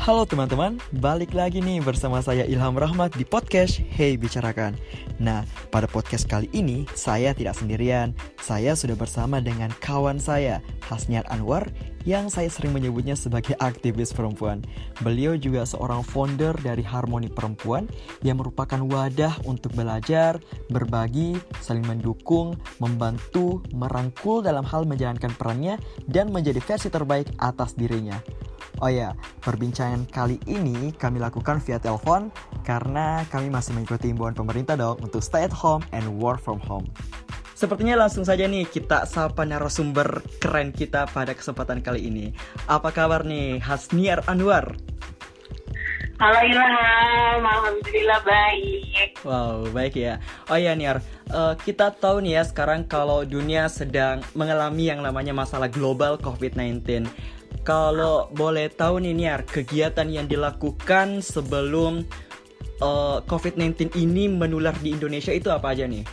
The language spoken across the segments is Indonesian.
Halo teman-teman, balik lagi nih bersama saya Ilham Rahmat di podcast Hey Bicarakan. Nah, pada podcast kali ini saya tidak sendirian. Saya sudah bersama dengan kawan saya, Hasniar Anwar, yang saya sering menyebutnya sebagai aktivis perempuan. Beliau juga seorang founder dari Harmoni Perempuan yang merupakan wadah untuk belajar, berbagi, saling mendukung, membantu, merangkul dalam hal menjalankan perannya dan menjadi versi terbaik atas dirinya. Oh ya, perbincangan kali ini kami lakukan via telepon karena kami masih mengikuti himbauan pemerintah dong untuk stay at home and work from home. Sepertinya langsung saja nih kita sapa narasumber keren kita pada kesempatan kali ini. Apa kabar nih Hasniar Anwar? Halo Ilham, alhamdulillah baik. Wow, baik ya. Oh ya Niar, kita tahu nih ya sekarang kalau dunia sedang mengalami yang namanya masalah global COVID-19. Kalau boleh tahu nih Niar, kegiatan yang dilakukan sebelum COVID-19 ini menular di Indonesia itu apa aja nih?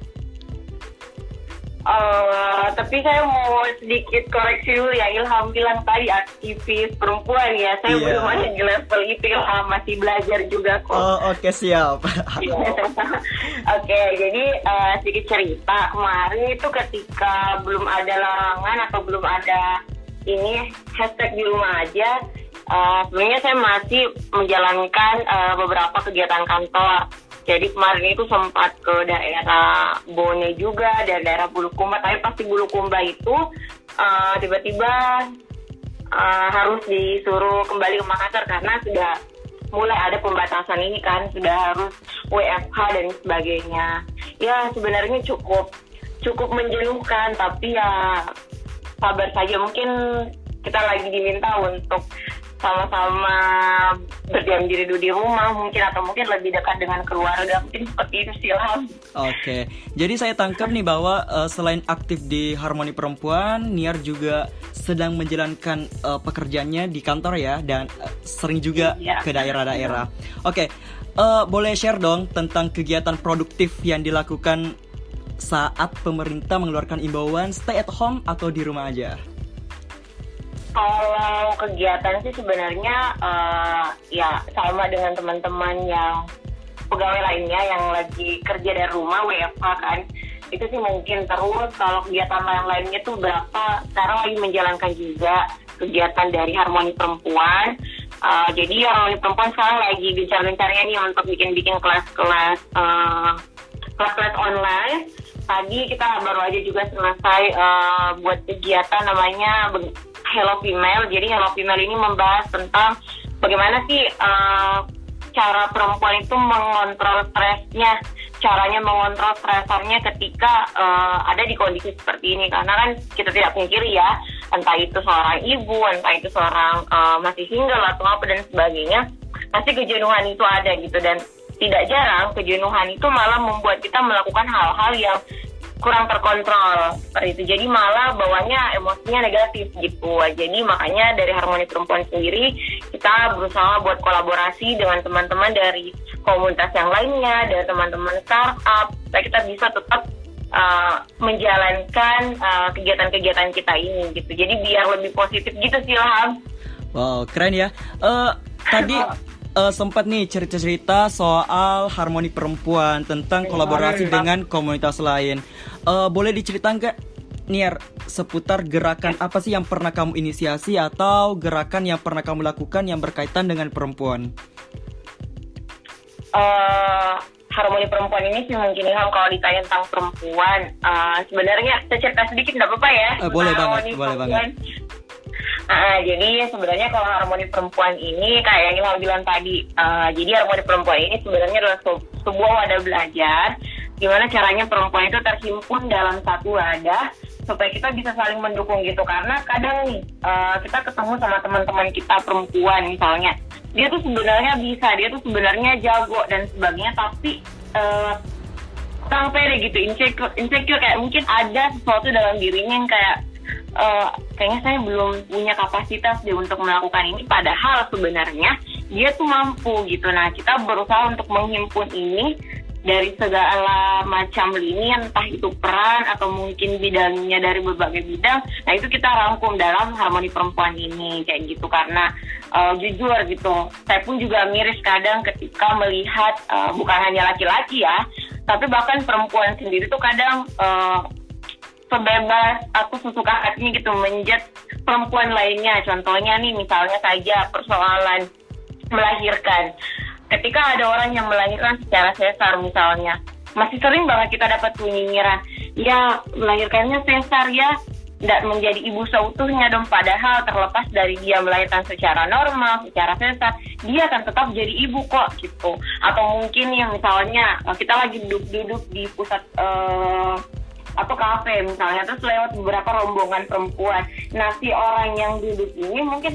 Tapi saya mau sedikit koreksi dulu ya, Ilham bilang tadi aktivis perempuan ya. Saya belum ada di level itu, Ilham masih belajar juga kok. Oh oke, siap. Oke, jadi sedikit cerita. Kemarin itu ketika belum ada larangan atau belum ada ini hashtag di rumah aja, sebenarnya saya masih menjalankan beberapa kegiatan kantor. Jadi kemarin itu sempat ke daerah Bone juga dan daerah Bulukumba. Tapi pasti Bulukumba itu tiba-tiba harus disuruh kembali ke Makassar karena sudah mulai ada pembatasan ini kan, sudah harus WFH dan sebagainya. Ya sebenarnya cukup menjenuhkan, tapi ya sabar saja, mungkin kita lagi diminta untuk sama-sama berdiam diri dulu di rumah mungkin, atau mungkin lebih dekat dengan keluarga, mungkin seperti itu sih lah. Oke, jadi saya tangkap nih bahwa selain aktif di Harmoni Perempuan, Niar juga sedang menjalankan pekerjaannya di kantor ya, dan sering juga ke daerah-daerah. Oke, boleh share dong tentang kegiatan produktif yang dilakukan saat pemerintah mengeluarkan imbauan stay at home atau di rumah aja? Kalau kegiatan sih sebenarnya ya sama dengan teman-teman yang pegawai lainnya yang lagi kerja dari rumah WFH kan, itu sih mungkin. Terus kalau kegiatan lainnya tuh berapa sekarang lagi menjalankan juga kegiatan dari Harmoni Perempuan. Jadi Harmoni Perempuan sekarang lagi bicara-bicaranya nih untuk bikin kelas-kelas online. Tadi kita baru aja juga selesai buat kegiatan namanya Hello Female. Jadi Hello Female ini membahas tentang bagaimana sih cara perempuan itu mengontrol stresnya, caranya mengontrol stresornya ketika ada di kondisi seperti ini. Karena kan kita tidak pungkiri ya, entah itu seorang ibu, entah itu seorang masih single atau apa dan sebagainya, pasti kejenuhan itu ada gitu. Dan tidak jarang kejenuhan itu malah membuat kita melakukan hal-hal yang kurang terkontrol seperti itu. Jadi malah bawanya emosinya negatif gitu. Jadi makanya dari Harmoni Perempuan sendiri kita berusaha buat kolaborasi dengan teman-teman dari komunitas yang lainnya, dari teman-teman startup, supaya kita bisa tetap menjalankan kegiatan-kegiatan kita ini gitu. Jadi biar lebih positif gitu sih Ilham. Wow, keren ya. Tadi sempat nih cerita-cerita soal Harmoni Perempuan tentang kolaborasi dengan komunitas lain. Boleh diceritakan nggak, Niar, seputar gerakan apa sih yang pernah kamu inisiasi atau gerakan yang pernah kamu lakukan yang berkaitan dengan perempuan? Harmoni Perempuan ini sih mungkin kalau ditanya tentang perempuan, sebenarnya saya cerita sedikit nggak apa-apa ya? Boleh banget. Jadi sebenarnya kalau Harmoni Perempuan ini kayak yang Ilham bilang tadi, jadi Harmoni Perempuan ini sebenarnya adalah sebuah wadah belajar gimana caranya perempuan itu terhimpun dalam satu wadah supaya kita bisa saling mendukung gitu. Karena kadang nih kita ketemu sama teman-teman kita perempuan misalnya, dia tuh sebenarnya bisa, dia tuh sebenarnya jago dan sebagainya, tapi sampai gitu insecure kayak mungkin ada sesuatu dalam dirinya yang kayak kayaknya saya belum punya kapasitas deh untuk melakukan ini, padahal sebenarnya dia tuh mampu gitu. Nah kita berusaha untuk menghimpun ini dari segala macam lini, entah itu peran atau mungkin bidangnya dari berbagai bidang. Nah itu kita rangkum dalam Harmoni Perempuan ini kayak gitu, karena jujur gitu, saya pun juga miris kadang ketika melihat bukan hanya laki-laki ya, tapi bahkan perempuan sendiri tuh kadang sebebas atau sesuka hatinya gitu menjudge perempuan lainnya. Contohnya nih misalnya saja persoalan melahirkan. Ketika ada orang yang melahirkan secara sesar misalnya, masih sering banget kita dapat nyinyiran, ya melahirkannya sesar ya, tidak menjadi ibu seutuhnya dong. Padahal terlepas dari dia melahirkan secara normal, secara sesar, dia akan tetap jadi ibu kok gitu. Atau mungkin yang misalnya kita lagi duduk-duduk di pusat kafe misalnya, terus lewat beberapa rombongan perempuan. Nah si orang yang duduk ini mungkin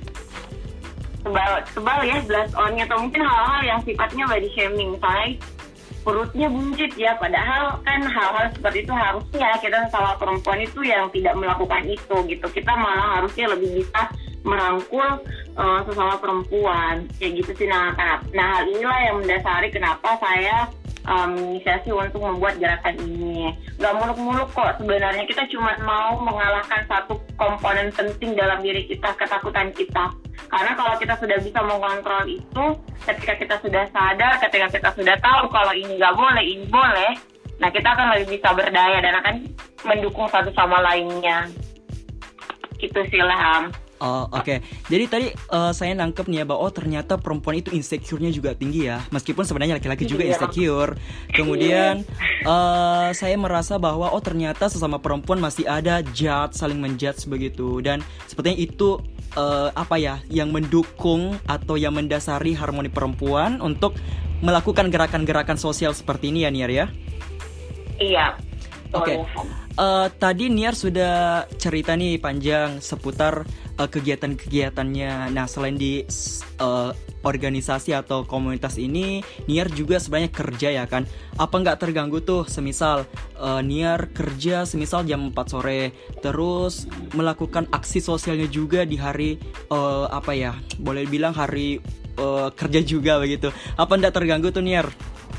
sebal ya blast on-nya, atau mungkin hal-hal yang sifatnya body shaming, misalnya perutnya buncit ya, padahal kan hal-hal seperti itu harusnya kita sama perempuan itu yang tidak melakukan itu gitu. Kita malah harusnya lebih bisa merangkul sesama perempuan kayak gitu sih. Nah hal inilah yang mendasari kenapa saya inisiasi untuk membuat gerakan ini. Gak muluk-muluk kok sebenarnya, kita cuma mau mengalahkan satu komponen penting dalam diri kita, ketakutan kita. Karena kalau kita sudah bisa mengontrol itu, ketika kita sudah sadar, ketika kita sudah tahu kalau ini gak boleh, ini boleh, nah kita akan lebih bisa berdaya dan akan mendukung satu sama lainnya. Gitu sih Ilham. Oh, oke. Jadi tadi saya nangkep nih ya bahwa ternyata perempuan itu insecure-nya juga tinggi ya. Meskipun sebenarnya laki-laki juga insecure. Kemudian saya merasa bahwa ternyata sesama perempuan masih ada saling menjudge begitu. Dan sepertinya itu yang mendukung atau yang mendasari Harmoni Perempuan untuk melakukan gerakan-gerakan sosial seperti ini ya Niar ya. Iya. Oke. Tadi Niar sudah cerita nih panjang seputar kegiatan-kegiatannya. Nah, selain di organisasi atau komunitas ini, Niar juga sebenarnya kerja ya kan. Apa nggak terganggu tuh semisal Niar kerja semisal jam 4 sore, terus melakukan aksi sosialnya juga di hari boleh bilang hari kerja juga begitu. Apa nggak terganggu tuh Niar?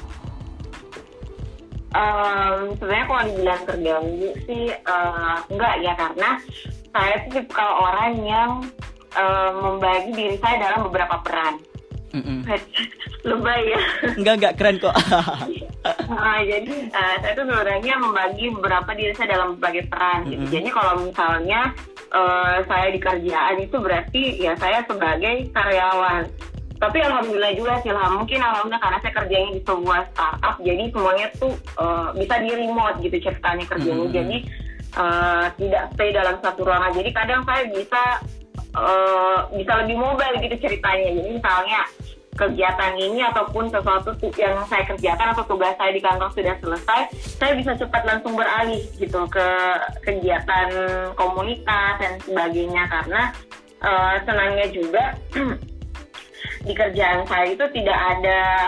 Sebenarnya kalau dibilang terganggu sih enggak ya, karena saya tuh tipe orang yang membagi diri saya dalam beberapa peran. Lebay ya. Enggak keren kok. Jadi saya tuh sebenarnya membagi beberapa diri saya dalam berbagai peran gitu. Jadi kalau misalnya saya di kerjaan itu berarti ya saya sebagai karyawan. Tapi alhamdulillah juga sih lah, mungkin alhamdulillah karena saya kerjanya di sebuah startup, jadi semuanya tuh bisa di remote gitu ceritanya kerjanya. Jadi tidak stay dalam satu ruangan. Jadi kadang saya bisa lebih mobile gitu ceritanya. Jadi misalnya kegiatan ini ataupun sesuatu yang saya kerjakan atau tugas saya di kantor sudah selesai, saya bisa cepat langsung beralih gitu ke kegiatan komunitas dan sebagainya, karena senangnya juga di kerjaan saya itu tidak ada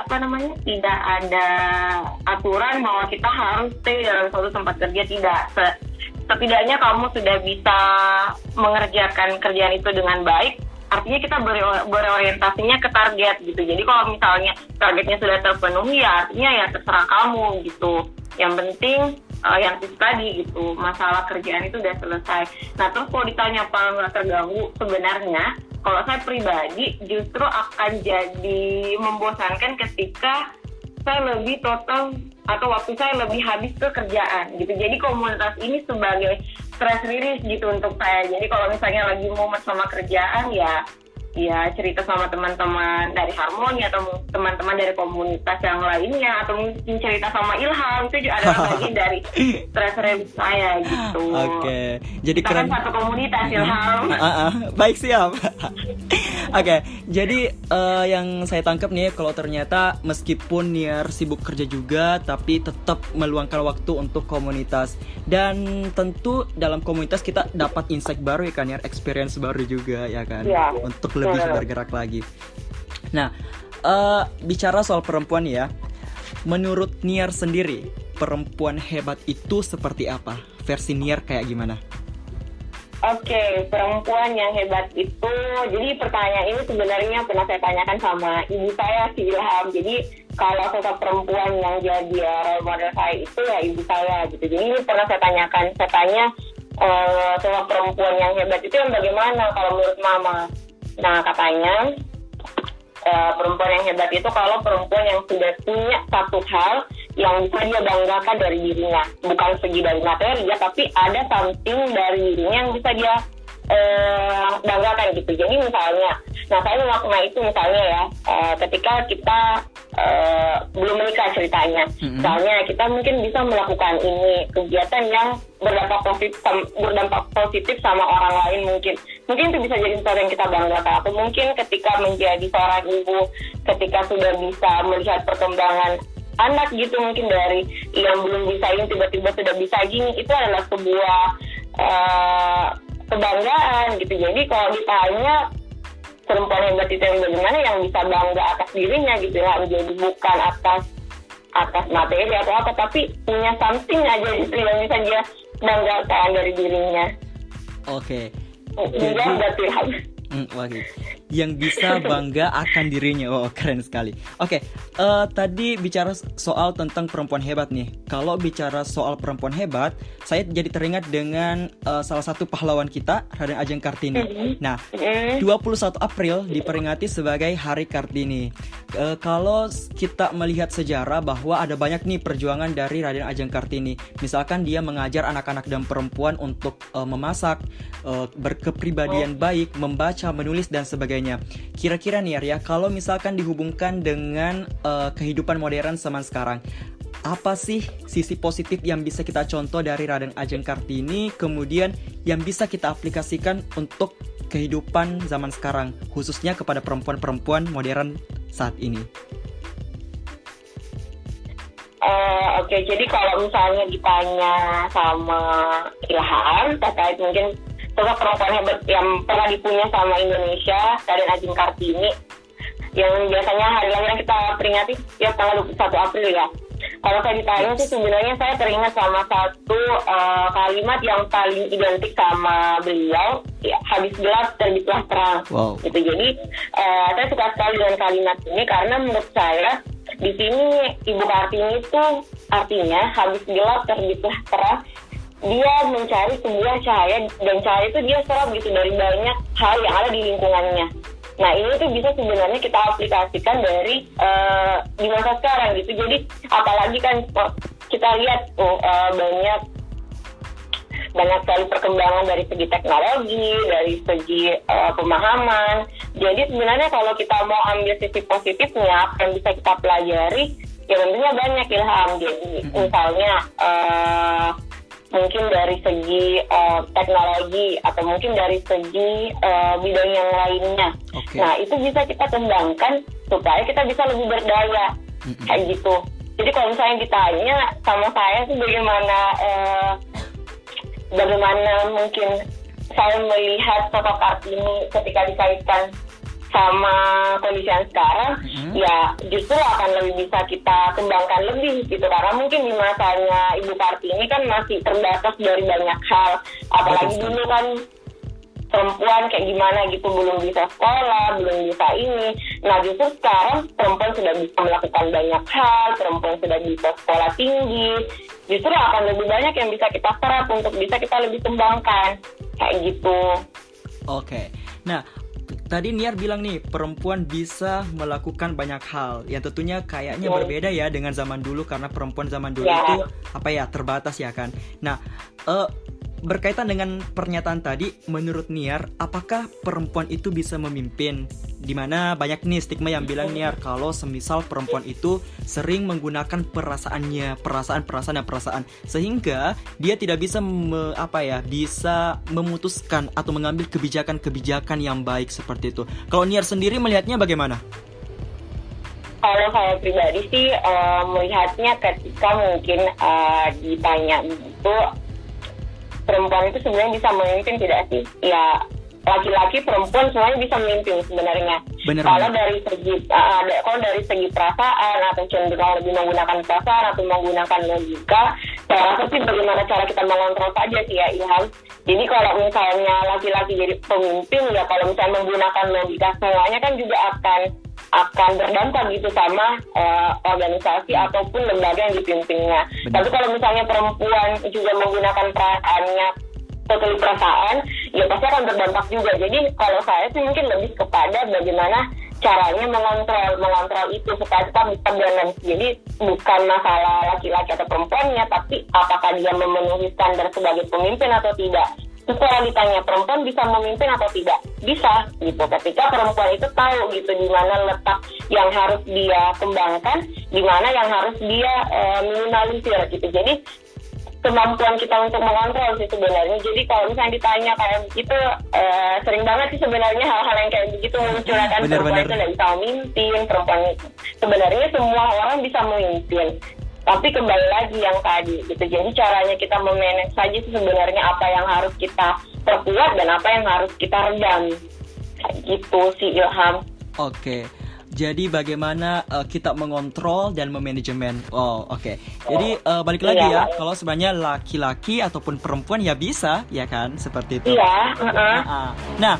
aturan bahwa kita harus stay dalam suatu tempat kerja, tidak. Setidaknya kamu sudah bisa mengerjakan kerjaan itu dengan baik, artinya kita berorientasinya ke target gitu. Jadi kalau misalnya targetnya sudah terpenuhi, ya artinya ya terserah kamu gitu. Yang penting yang tadi gitu, masalah kerjaan itu udah selesai. Nah terus kalau ditanya apa nggak terganggu, sebenarnya kalau saya pribadi justru akan jadi membosankan ketika saya lebih total atau waktu saya lebih habis ke kerjaan gitu. Jadi komunitas ini sebagai stress release gitu untuk saya. Jadi kalau misalnya lagi mumet sama kerjaan, ya cerita sama teman-teman dari Harmoni atau teman-teman dari komunitas yang lainnya, atau mungkin cerita sama Ilham, itu juga adalah bagian dari stress release saya gitu. Oke. Jadi kita keren. Kan satu komunitas Ilham. Baik, siap. Oke, jadi yang saya tangkap nih, kalau ternyata meskipun Niar sibuk kerja juga, tapi tetap meluangkan waktu untuk komunitas. Dan tentu dalam komunitas kita dapat insight baru ya kan, Niar, experience baru juga ya kan, untuk lebih bergerak lagi. Nah, bicara soal perempuan ya, menurut Niar sendiri, perempuan hebat itu seperti apa? Versi Niar kayak gimana? Oke, perempuan yang hebat itu, jadi pertanyaan ini sebenarnya pernah saya tanyakan sama ibu saya si Ilham. Jadi kalau sosok perempuan yang jadi role model saya itu ya ibu saya gitu. Jadi ini pernah saya tanyakan, saya tanya sosok perempuan yang hebat itu yang bagaimana kalau menurut mama. Nah katanya perempuan yang hebat itu kalau perempuan yang sudah punya satu hal yang bisa dia banggakan dari dirinya, bukan segi dari materi ya, tapi ada something dari dirinya yang bisa dia banggakan gitu. Jadi misalnya, nah saya memaknai itu misalnya ya, ketika kita belum menikah ceritanya, misalnya kita mungkin bisa melakukan ini kegiatan yang berdampak positif sama orang lain, mungkin itu bisa jadi sesuatu yang kita banggakan. Atau mungkin ketika menjadi seorang ibu, ketika sudah bisa melihat perkembangan anak gitu, mungkin dari yang belum bisa ini tiba-tiba sudah bisa gini, itu adalah sebuah kebanggaan gitu. Jadi kalau ditanya perempuan hebat itu yang bagaimana, yang bisa bangga atas dirinya gitu ya, jadi bukan atas materi atau apa, tapi punya something aja gitu yang bisa dia banggakan dari dirinya. Oke. Jadi yang bisa bangga akan dirinya. Oh, keren sekali. Oke, tadi bicara soal tentang perempuan hebat nih. Kalau bicara soal perempuan hebat, saya jadi teringat dengan salah satu pahlawan kita, Raden Ajeng Kartini. Nah, 21 April diperingati sebagai Hari Kartini. Kalau kita melihat sejarah bahwa ada banyak nih perjuangan dari Raden Ajeng Kartini. Misalkan dia mengajar anak-anak dan perempuan untuk memasak, berkepribadian baik, membaca, menulis dan sebagainya. Kira-kira nih ya, kalau misalkan dihubungkan dengan kehidupan modern zaman sekarang, apa sih sisi positif yang bisa kita contoh dari Raden Ajeng Kartini, kemudian yang bisa kita aplikasikan untuk kehidupan zaman sekarang, khususnya kepada perempuan-perempuan modern saat ini? Oke, jadi kalau misalnya ditanya sama Ilham terkait mungkin sosok perempuan hebat yang pernah dipunya sama Indonesia, Raden Ajeng Kartini, yang biasanya hari lahirnya kita peringati ya tanggal 21 April ya. Kalau saya ditanya sih sebenarnya saya teringat sama satu kalimat yang paling identik sama beliau, ya, habis gelap terbitlah terang. Wow. Gitu. Jadi saya suka sekali dengan kalimat ini karena menurut saya di sini Ibu Kartini itu artinya habis gelap terbitlah terang. Dia mencari sebuah cahaya, dan cahaya itu dia serap gitu dari banyak hal yang ada di lingkungannya. Nah ini tuh bisa sebenarnya kita aplikasikan dari di masa sekarang gitu. Jadi apalagi kan kita lihat banyak sekali perkembangan dari segi teknologi, dari segi pemahaman. Jadi sebenarnya kalau kita mau ambil sisi positifnya yang bisa kita pelajari, ya tentunya banyak Ilham. Jadi misalnya mungkin dari segi teknologi atau mungkin dari segi bidang yang lainnya. Okay. Nah itu bisa kita kembangkan supaya kita bisa lebih berdaya kayak gitu. Jadi kalau misalnya ditanya sama saya sih bagaimana mungkin saya melihat sosok Kartini ketika dikaitkan sama kondisi yang sekarang, ya justru akan lebih bisa kita kembangkan lebih gitu, karena mungkin di masanya Ibu Kartini kan masih terbatas dari banyak hal, apalagi dulu kan perempuan kayak gimana gitu, belum bisa sekolah, belum bisa ini. Nah justru sekarang perempuan sudah bisa melakukan banyak hal, perempuan sudah bisa sekolah tinggi, justru akan lebih banyak yang bisa kita serap untuk bisa kita lebih kembangkan kayak gitu. Oke. Nah, tadi Niar bilang nih perempuan bisa melakukan banyak hal yang tentunya kayaknya berbeda ya dengan zaman dulu, karena perempuan zaman dulu itu terbatas ya kan. Nah berkaitan dengan pernyataan tadi, menurut Niar apakah perempuan itu bisa memimpin? Dimana banyak nih stigma yang bilang Niar kalau semisal perempuan itu sering menggunakan perasaannya, perasaan sehingga dia tidak bisa bisa memutuskan atau mengambil kebijakan yang baik seperti itu. Kalau Niar sendiri melihatnya bagaimana? Kalau saya pribadi sih melihatnya ketika mungkin ditanya itu perempuan itu sebenarnya bisa memimpin tidak sih? Ya laki-laki perempuan semuanya bisa memimpin sebenarnya. Kalau dari segi perasaan atau cenderung lebih menggunakan perasaan atau menggunakan logika, saya rasa sih bagaimana cara kita mengontrol saja sih ya Ilham. Jadi kalau misalnya laki-laki jadi pemimpin, ya kalau misalnya menggunakan logika semuanya kan juga akan akan berdampak gitu sama organisasi ataupun lembaga yang dipimpinnya. Tapi kalau misalnya perempuan juga menggunakan perasaannya sekali perasaan, ya pasti akan berdampak juga. Jadi kalau saya sih mungkin lebih kepada bagaimana caranya mengontrol itu supaya kita bisa balance. Jadi bukan masalah laki-laki atau perempuannya, tapi apakah dia memenuhi standar sebagai pemimpin atau tidak. Terus kalau ditanya perempuan bisa memimpin atau tidak, bisa gitu. Ketika perempuan itu tahu gitu di mana letak yang harus dia kembangkan, di mana yang harus dia minimalisir gitu. Jadi kemampuan kita untuk mengontrol sih sebenarnya. Jadi kalau misalnya ditanya kayak begitu, sering banget sih sebenarnya hal-hal yang kayak begitu muncul, kan perempuan itu tidak bisa memimpin, perempuan itu sebenarnya semua orang bisa memimpin. Tapi kembali lagi yang tadi gitu. Jadi caranya kita memanage saja sih sebenarnya apa yang harus kita perkuat dan apa yang harus kita redam. Kayak gitu sih Ilham. Oke. Jadi bagaimana kita mengontrol dan memanajemen. Oke. Jadi balik lagi ya, kalau sebenarnya laki-laki ataupun perempuan ya bisa, ya kan, seperti itu. Iya. Nah,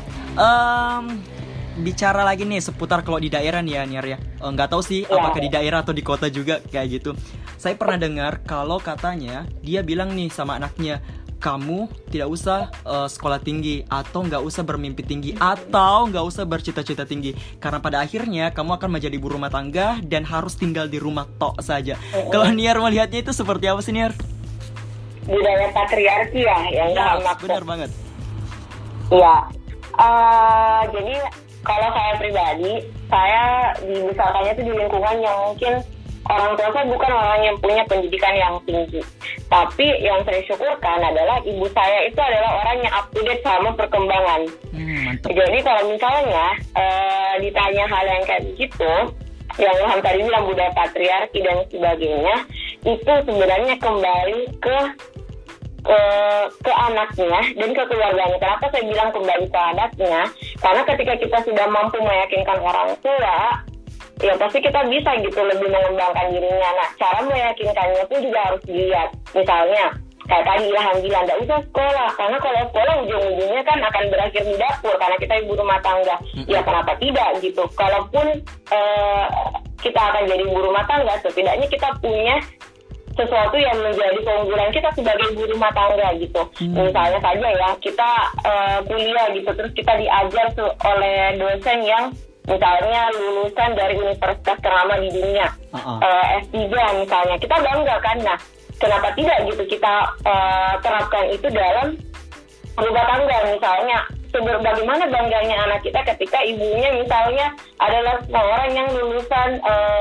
bicara lagi nih seputar kalau di daerah nih ya, Niar ya. Nggak tahu sih apakah di daerah atau di kota juga kayak gitu. Saya pernah dengar kalau katanya dia bilang nih sama anaknya, kamu tidak usah sekolah tinggi atau nggak usah bermimpi tinggi atau nggak usah bercita-cita tinggi, karena pada akhirnya kamu akan menjadi ibu rumah tangga dan harus tinggal di rumah tok saja. Kalau Niar melihatnya itu seperti apa sih, Niar? Budaya patriarki ya yang maksud. Benar banget. Iya. Jadi kalau saya pribadi, saya dibesarkannya itu di lingkungan yang mungkin orang tua saya bukan orang yang punya pendidikan yang tinggi. Tapi yang saya syukurkan adalah ibu saya itu adalah orang yang up to date sama perkembangan. Jadi kalau misalnya ditanya hal yang kayak gitu, yang Ilham tadi bilang budaya patriarki dan sebagainya, itu sebenarnya kembali ke anaknya dan ke keluarganya. Kenapa saya bilang kembali ke anaknya? Karena ketika kita sudah mampu meyakinkan orang tua, ya pasti kita bisa gitu lebih mengembangkan dirinya. Nah, cara meyakinkannya pun juga harus dilihat. Misalnya, kayak tadi Ilham bilang, tidak usah sekolah. Karena kalau sekolah ujung-ujungnya kan akan berakhir di dapur, karena kita ibu rumah tangga. Ya kenapa tidak gitu. Kalaupun kita akan jadi ibu rumah tangga, setidaknya kita punya sesuatu yang menjadi keunggulan kita sebagai ibu rumah tangga gitu. Misalnya saja ya, kita kuliah gitu, terus kita diajar oleh dosen yang misalnya lulusan dari universitas ternama di dunia, S3 misalnya, kita bangga kan. Nah, kenapa tidak gitu kita terapkan itu dalam rumah tangga misalnya. Bagaimana bangganya anak kita ketika ibunya misalnya adalah seorang yang lulusan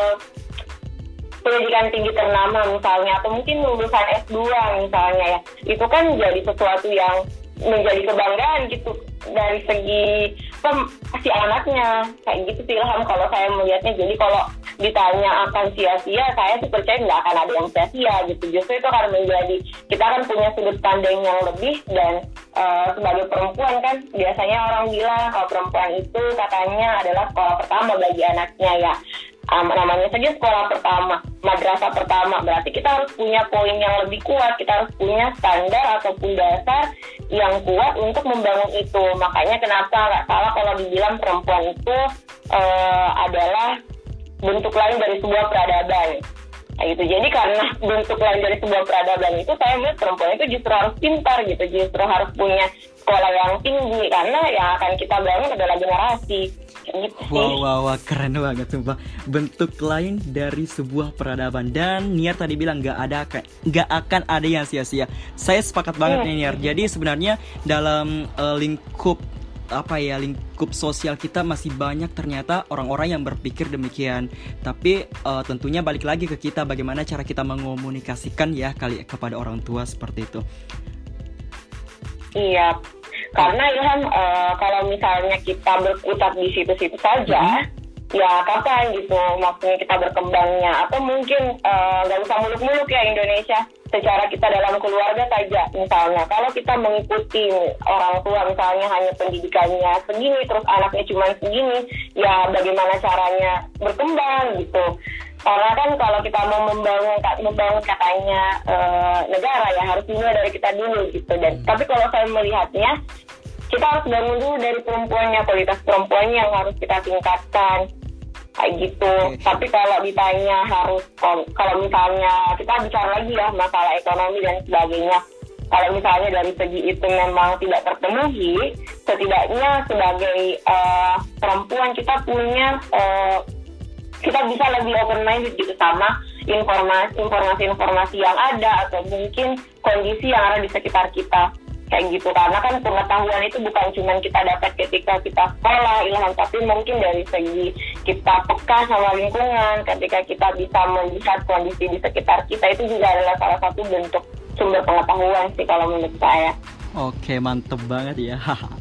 pendidikan tinggi ternama misalnya, atau mungkin lulusan S2 misalnya ya. Itu kan jadi sesuatu yang menjadi kebanggaan gitu dari segi si anaknya. Kayak gitu sih Ilham kalau saya melihatnya. Jadi kalau ditanya akan sia-sia, saya sih percaya nggak akan ada yang sia-sia gitu. Justru itu akan menjadi, kita kan punya sudut pandang yang lebih. Dan sebagai perempuan kan biasanya orang bilang kalau perempuan itu katanya adalah sekolah pertama bagi anaknya ya. Namanya saja sekolah pertama, madrasah pertama, berarti kita harus punya poin yang lebih kuat, kita harus punya standar ataupun dasar yang kuat untuk membangun itu. Makanya kenapa nggak salah kalau dibilang perempuan itu adalah bentuk lain dari sebuah peradaban. Nah, gitu. Jadi karena bentuk lain dari sebuah peradaban itu, saya melihat perempuan itu justru harus pintar gitu, justru harus punya sekolah yang tinggi, karena yang akan kita bangun adalah generasi. Gitu. Wow, keren banget sumpah. Bentuk lain dari sebuah peradaban. Dan Niar tadi bilang nggak akan ada yang sia-sia. Saya sepakat banget nih Niar. Jadi sebenarnya dalam lingkup sosial kita masih banyak ternyata orang-orang yang berpikir demikian. Tapi tentunya balik lagi ke kita, bagaimana cara kita mengomunikasikan ya kepada orang tua seperti itu. Iya. Karena Ilham, kalau misalnya kita berkutat di situ-situ saja, ya kapan gitu maksudnya kita berkembangnya. Atau mungkin nggak usah muluk-muluk ya Indonesia, secara kita dalam keluarga saja. Misalnya kalau kita mengikuti orang tua misalnya hanya pendidikannya segini, terus anaknya cuma segini, ya bagaimana caranya berkembang gitu. Karena kan kalau kita mau membangun katanya negara ya harus dimulai dari kita dulu gitu. Dan tapi kalau saya melihatnya, kita harus bangun dulu dari perempuannya, kualitas perempuannya yang harus kita tingkatkan. kayak gitu. Tapi kalau ditanya kalau misalnya kita bicara lagi ya masalah ekonomi dan sebagainya, kalau misalnya dari segi itu memang tidak terpenuhi, setidaknya sebagai perempuan kita punya kita bisa lebih open minded gitu sama informasi yang ada atau mungkin kondisi yang ada di sekitar kita kayak gitu. Karena kan pengetahuan itu bukan cuma kita dapat ketika kita sekolah Ilham, tapi mungkin dari segi kita peka sama lingkungan, ketika kita bisa melihat kondisi di sekitar kita, itu juga adalah salah satu bentuk sumber pengetahuan sih kalau menurut saya. Oke, mantep banget ya.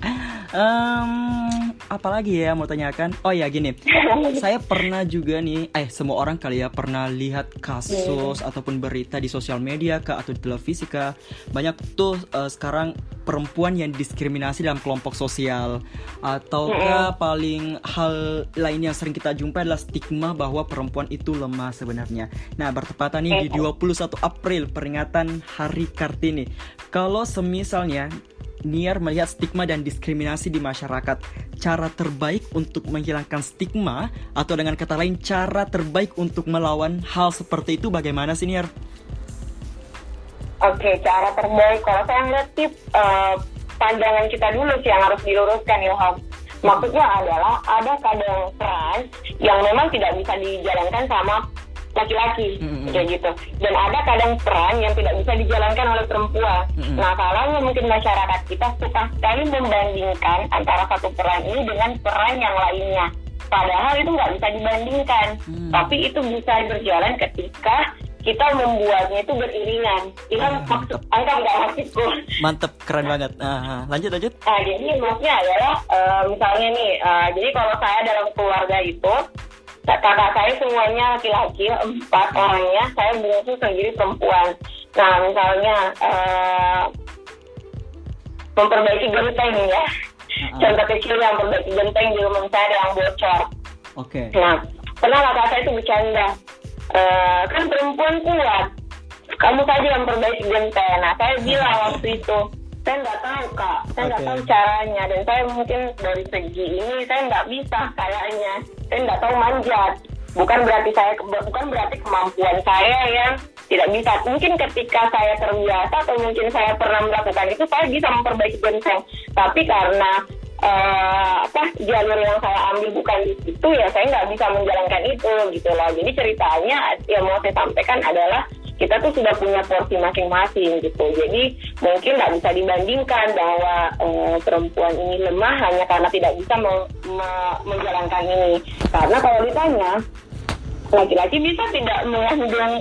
Apalagi ya mau tanyakan? Oh ya gini, saya pernah juga nih, semua orang kali ya pernah lihat kasus ataupun berita di sosial media kah atau di televisi kah, banyak tuh sekarang perempuan yang diskriminasi dalam kelompok sosial, ataukah paling hal lain yang sering kita jumpai adalah stigma bahwa perempuan itu lemah sebenarnya. Nah, bertepatan nih di 21 April peringatan Hari Kartini. Kalau semisalnya Niar melihat stigma dan diskriminasi di masyarakat, cara terbaik untuk menghilangkan stigma atau dengan kata lain cara terbaik untuk melawan hal seperti itu bagaimana sih Niar? Oke, cara terbaik kalau saya ngeliat pandangan kita dulu sih yang harus diluruskan Ilham. Maksudnya adalah ada kadang peran yang memang tidak bisa dijalankan sama laki-laki kayak gitu, dan ada kadang peran yang tidak bisa dijalankan oleh perempuan. Nah, kalau mungkin masyarakat kita suka sekali membandingkan antara satu peran ini dengan peran yang lainnya, padahal itu nggak bisa dibandingkan. Tapi itu bisa berjalan ketika kita membuatnya itu beriringan. Itu maksud angka nggak maksudku. Mantep, keren banget. Lanjut. Nah, jadi maksudnya adalah misalnya nih, jadi kalau saya dalam keluarga itu kakak saya semuanya laki-laki, 4 orangnya, saya bungsu sendiri perempuan. Nah, misalnya memperbaiki genteng ya, contoh kecil yang memperbaiki genteng di rumah saya ada yang bocor. Oke. Nah, pernah kakak saya itu bercanda, kan perempuan kuat, kamu saja yang memperbaiki genteng. Nah, saya bilang waktu itu, saya nggak tahu kak, saya nggak tahu caranya, dan saya mungkin dari segi ini saya nggak bisa kayaknya, saya nggak tahu manjat. Bukan berarti kemampuan saya yang tidak bisa. Mungkin ketika saya terbiasa atau mungkin saya pernah melakukan itu, saya bisa memperbaiki genteng. Tapi karena jalur yang saya ambil bukan di situ, ya saya nggak bisa menjalankan itu gitu loh. Jadi ceritanya yang mau saya sampaikan adalah kita tuh sudah punya porsi masing-masing gitu. Jadi mungkin nggak bisa dibandingkan bahwa perempuan ini lemah hanya karena tidak bisa menjalankan ini. Karena kalau ditanya, laki-laki bisa tidak mengandung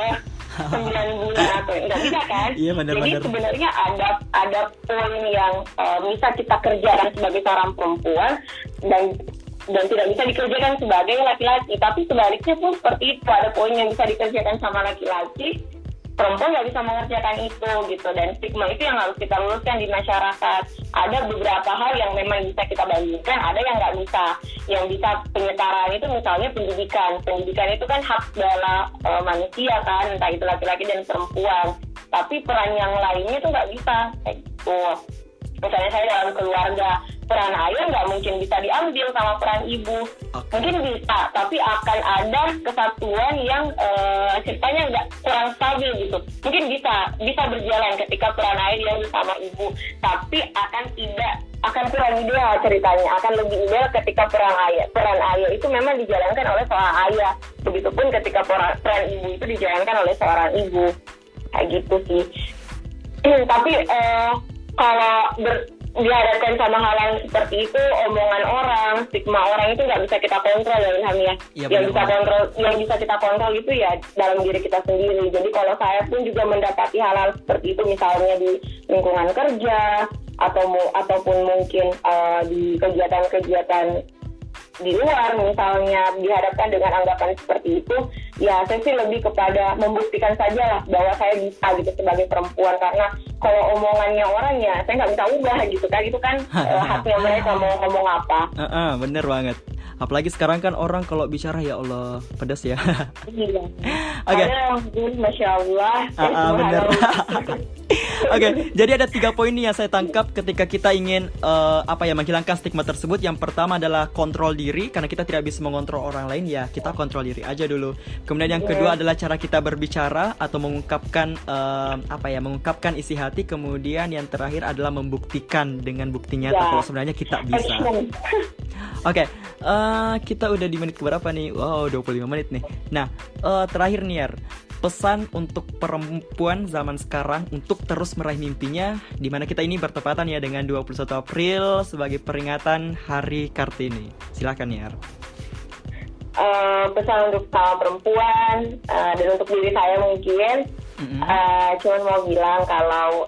9 bulan atau nggak bisa kan? Iya, benar-benar. Jadi sebenarnya ada poin yang bisa kita kerjakan sebagai seorang perempuan dan tidak bisa dikerjakan sebagai laki-laki. Tapi sebaliknya pun seperti itu, ada poin yang bisa dikerjakan sama laki-laki, perempuan nggak bisa mengerjakan itu gitu. Dan stigma itu yang harus kita luruskan di masyarakat. Ada beberapa hal yang memang bisa kita bandingkan, ada yang nggak bisa. Yang bisa penyetaraan itu misalnya pendidikan itu kan hak segala manusia kan, entah itu laki-laki dan perempuan. Tapi peran yang lainnya itu nggak bisa kayak gitu. Misalnya saya dalam keluarga, peran ayah nggak mungkin bisa diambil sama peran ibu. Mungkin bisa, tapi akan ada kesatuan yang ceritanya nggak kurang stabil gitu. Mungkin bisa berjalan ketika peran ayah diambil sama ibu, tapi akan kurang ideal ceritanya. Akan lebih ideal ketika peran ayah itu memang dijalankan oleh seorang ayah. Begitupun ketika peran ibu itu dijalankan oleh seorang ibu. Kayak gitu sih. Tapi kalau dihadapkan sama hal yang seperti itu, omongan orang, stigma orang itu nggak bisa kita kontrol ya Ilham ya. Yang bisa kita kontrol itu ya dalam diri kita sendiri. Jadi kalau saya pun juga mendapati hal-hal seperti itu, misalnya di lingkungan kerja ataupun mungkin di kegiatan-kegiatan di luar, misalnya dihadapkan dengan anggapan seperti itu, ya saya sih lebih kepada membuktikan saja lah bahwa saya bisa gitu sebagai perempuan. Karena kalau omongannya orang ya saya nggak bisa ubah gitu kan, itu kan haknya mereka mau ngomong apa. Bener banget. Apalagi sekarang kan orang kalau bicara ya Allah pedas ya. Iya. Oke. Masya Allah. Bener. Oke, jadi ada 3 poin nih yang saya tangkap ketika kita ingin menghilangkan stigma tersebut. Yang pertama adalah kontrol diri, karena kita tidak bisa mengontrol orang lain, ya kita kontrol diri aja dulu. Kemudian yang kedua adalah cara kita berbicara atau mengungkapkan mengungkapkan isi hati. Kemudian yang terakhir adalah membuktikan dengan bukti nyata kalau sebenarnya kita bisa. Oke, kita udah di menit keberapa nih? Wow, 25 menit nih. Nah, terakhir nih, pesan untuk perempuan zaman sekarang untuk terus meraih mimpinya, di mana kita ini bertepatan ya dengan 21 April sebagai peringatan Hari Kartini. Silakan Niar. Pesan untuk sama perempuan dan untuk diri saya mungkin cuman mau bilang kalau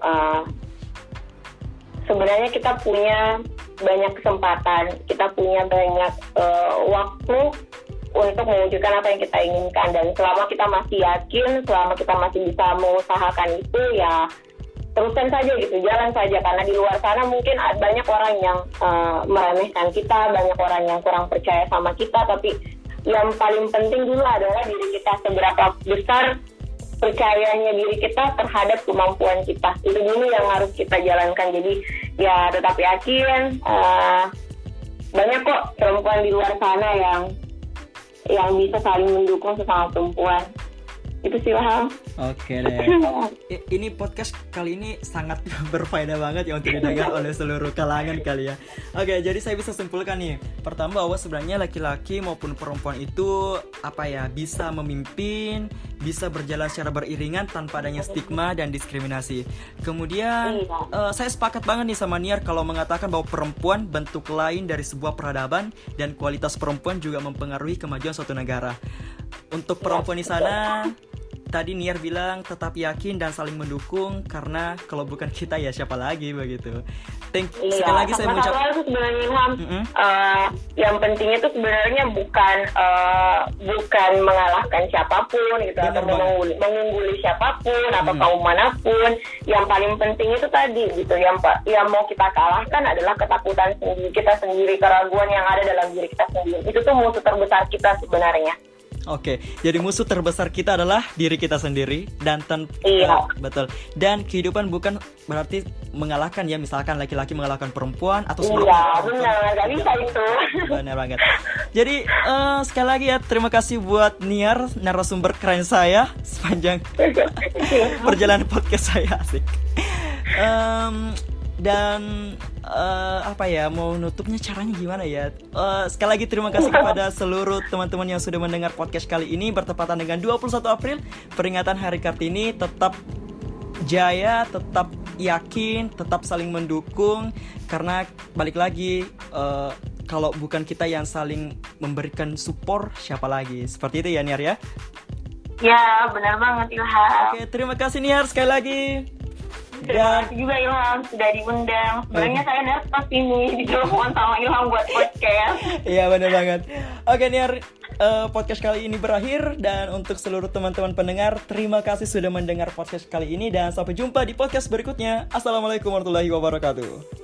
sebenarnya kita punya banyak kesempatan, kita punya banyak waktu untuk mewujudkan apa yang kita inginkan, dan selama kita masih yakin, selama kita masih bisa mengusahakan itu, ya teruskan saja gitu, jalan saja, karena di luar sana mungkin banyak orang yang meremehkan kita, banyak orang yang kurang percaya sama kita, tapi yang paling penting dulu adalah diri kita, seberapa besar percayanya diri kita terhadap kemampuan kita, itu dulu yang harus kita jalankan. Jadi ya tetap yakin, banyak kok perempuan di luar sana yang bisa saling mendukung sesama perempuan. Itu sih Ilham. Oke deh. Ini podcast kali ini sangat berfaedah banget ya untuk didengar oleh seluruh kalangan kali ya. Oke, jadi saya bisa simpulkan nih. Pertama, bahwa sebenarnya laki-laki maupun perempuan itu bisa memimpin, bisa berjalan secara beriringan tanpa adanya stigma dan diskriminasi. Kemudian saya sepakat banget nih sama Niar kalau mengatakan bahwa perempuan bentuk lain dari sebuah peradaban, dan kualitas perempuan juga mempengaruhi kemajuan suatu negara. Untuk perempuan di sana, tadi Niar bilang tetap yakin dan saling mendukung, karena kalau bukan kita ya siapa lagi begitu. Sekali lagi saya mengucapkan sebenarnya Ilham, yang penting itu sebenarnya bukan mengalahkan siapapun gitu, atau mengungguli siapapun atau kaum manapun. Yang paling penting itu tadi gitu, yang mau kita kalahkan adalah ketakutan kita sendiri, keraguan yang ada dalam diri kita sendiri. Itu tuh musuh terbesar kita sebenarnya. Oke, jadi musuh terbesar kita adalah diri kita sendiri, dan betul. Dan kehidupan bukan berarti mengalahkan ya, misalkan laki-laki mengalahkan perempuan atau sebaliknya. Iya, benar, nggak bisa itu. Benar banget. Jadi sekali lagi ya, terima kasih buat Niar, narasumber keren saya sepanjang perjalanan podcast saya, asik. Dan mau nutupnya caranya gimana ya? Sekali lagi terima kasih kepada seluruh teman-teman yang sudah mendengar podcast kali ini bertepatan dengan 21 April, peringatan Hari Kartini. Tetap jaya, tetap yakin, tetap saling mendukung, karena balik lagi kalau bukan kita yang saling memberikan support, siapa lagi? Seperti itu ya Niar ya? Ya, benar banget Ilham. Oke, terima kasih Niar sekali lagi. Terima kasih juga Ilham sudah diundang. Sebenarnya saya nervous ini ditelepon sama Ilham buat podcast. Iya, benar banget. Oke Niar, podcast kali ini berakhir, dan untuk seluruh teman-teman pendengar, terima kasih sudah mendengar podcast kali ini, dan sampai jumpa di podcast berikutnya. Assalamualaikum warahmatullahi wabarakatuh.